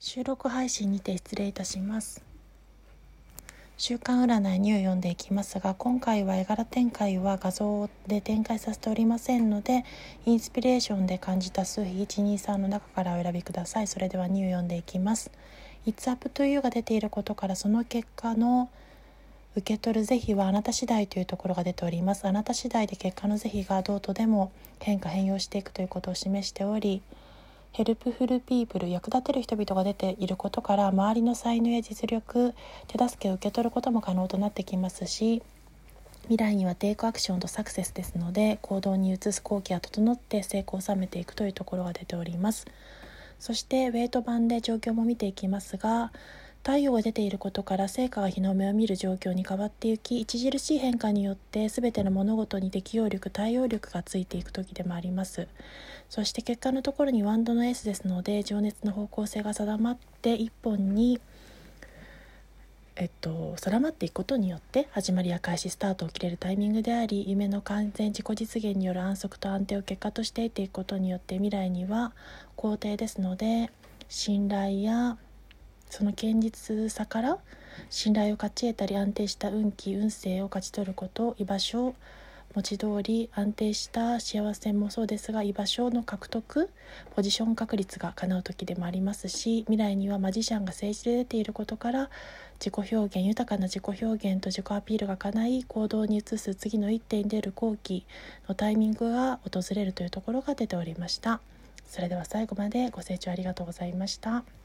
収録配信にて失礼いたします。週間占い2を読んでいきますが、今回は絵柄展開は画像で展開させておりませんので、インスピレーションで感じた数比123の中からお選びください。それでは2を読んでいきます。It's up to youが出ていることから、その結果の受け取る是非はあなた次第というところが出ております。あなた次第で結果の是非がどうとでも変容していくということを示しており、ヘルプフルピープル、役立てる人々が出ていることから、周りの才能や実力、手助けを受け取ることも可能となってきますし、未来にはテイクアクションとサクセスですので、行動に移す好機が整って成功を収めていくというところが出ております。そしてウェイト版で状況も見ていきますが、太陽が出ていることから成果が日の目を見る状況に変わっていき、著しい変化によって全ての物事に適応力、対応力がついていく時でもあります。そして結果のところにワンドのエースですので、情熱の方向性が定まって一本に定まっていくことによって始まりや開始、スタートを切れるタイミングであり、夢の完全自己実現による安息と安定を結果として得ていくことによって、未来には肯定ですので、信頼やその堅実さから信頼を勝ち得たり、安定した運気運勢を勝ち取ること、居場所、文字通り安定した幸せもそうですが、居場所の獲得、ポジション確率が叶う時でもありますし、未来にはマジシャンが政治で出ていることから、自己表現、豊かな自己表現と自己アピールが叶い、行動に移す次の一手に出る好機のタイミングが訪れるというところが出ておりました。それでは最後までご清聴ありがとうございました。